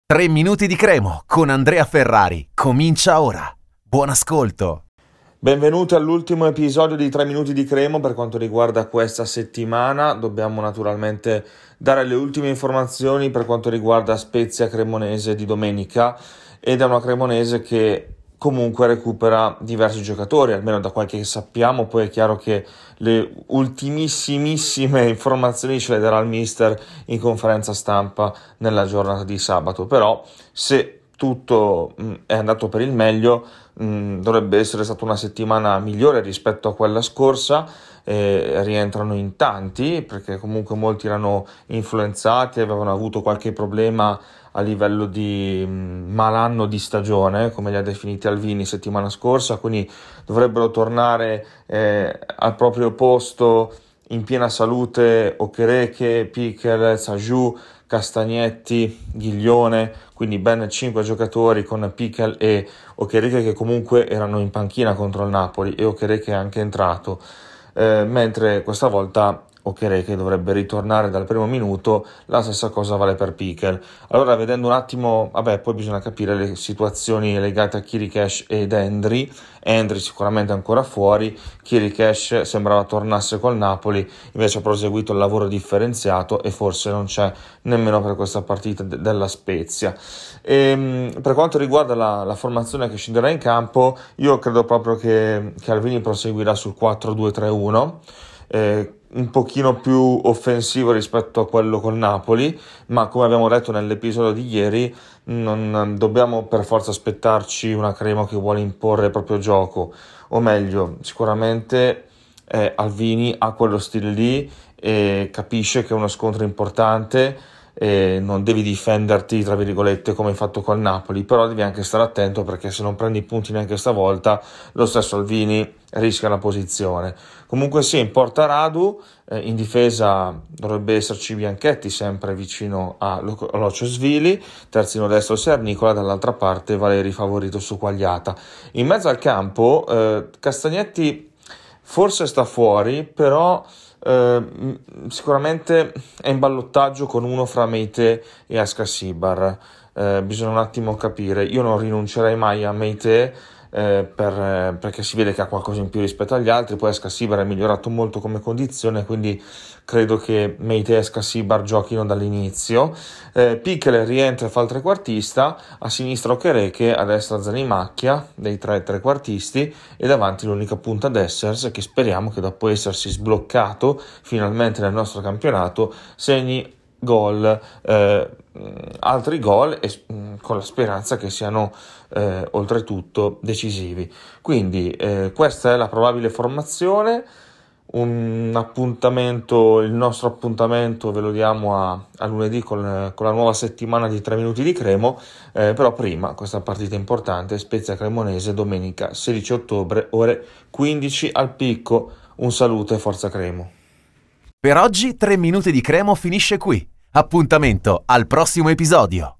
3 minuti di Cremo con Andrea Ferrari. Comincia ora. Buon ascolto. Benvenuti all'ultimo episodio di 3 minuti di Cremo per quanto riguarda questa settimana. Dobbiamo naturalmente dare le ultime informazioni per quanto riguarda Spezia Cremonese di domenica, ed è una Cremonese che comunque recupera diversi giocatori, almeno da quel che sappiamo. Poi è chiaro che le ultimissimissime informazioni ce le darà il mister in conferenza stampa nella giornata di sabato, però se tutto è andato per il meglio, dovrebbe essere stata una settimana migliore rispetto a quella scorsa. Rientrano in tanti perché comunque molti erano influenzati, avevano avuto qualche problema a livello di malanno di stagione, come li ha definiti Alvini settimana scorsa, quindi dovrebbero tornare al proprio posto in piena salute Okereke, Piquel, Sajou, Castagnetti, Ghiglione, quindi ben 5 giocatori con Piquel e Okereke che comunque erano in panchina contro il Napoli, e Okereke è anche entrato, mentre questa volta Okereke dovrebbe ritornare dal primo minuto. La stessa cosa vale per Piquel. Allora, vedendo un attimo, poi bisogna capire le situazioni legate a Chirichesh ed Endri sicuramente ancora fuori. Chirichesh sembrava tornasse col Napoli, invece ha proseguito il lavoro differenziato e forse non c'è nemmeno per questa partita della Spezia. Per quanto riguarda la formazione che scenderà in campo, io credo proprio che Alvini proseguirà sul 4-2-3-1, un pochino più offensivo rispetto a quello col Napoli, ma come abbiamo detto nell'episodio di ieri non dobbiamo per forza aspettarci una Cremo che vuole imporre il proprio gioco, o meglio, sicuramente Alvini ha quello stile lì e capisce che è uno scontro importante e non devi difenderti tra virgolette come hai fatto col Napoli, però devi anche stare attento, perché se non prendi i punti neanche stavolta lo stesso Alvini rischia la posizione. Comunque sì, in porta Radu, in difesa dovrebbe esserci Bianchetti sempre vicino a Lociosvili, terzino destro Sernicola, dall'altra parte Valeri favorito su Quagliata. In mezzo al campo Castagnetti forse sta fuori, però sicuramente è in ballottaggio con uno fra Meite e Ascasibar. Bisogna un attimo capire. Io non rinuncerei mai a Meite, perché si vede che ha qualcosa in più rispetto agli altri. Poi Ascasibar è migliorato molto come condizione, quindi credo che Meite e Ascasibar giochino dall'inizio. Piquel rientra e fa il trequartista, a sinistra Okereke, a destra Zanimacchia dei tre trequartisti, e davanti l'unica punta Dessers, che speriamo che dopo essersi sbloccato finalmente nel nostro campionato segni gol, altri gol, e con la speranza che siano oltretutto decisivi. Quindi questa è la probabile formazione. Un appuntamento, il nostro appuntamento ve lo diamo a lunedì con la nuova settimana di 3 minuti di Cremo, però prima questa partita importante, Spezia Cremonese, domenica 16 ottobre ore 15 al Picco. Un saluto e forza Cremo. Per oggi 3 minuti di Cremo finisce qui. Appuntamento al prossimo episodio.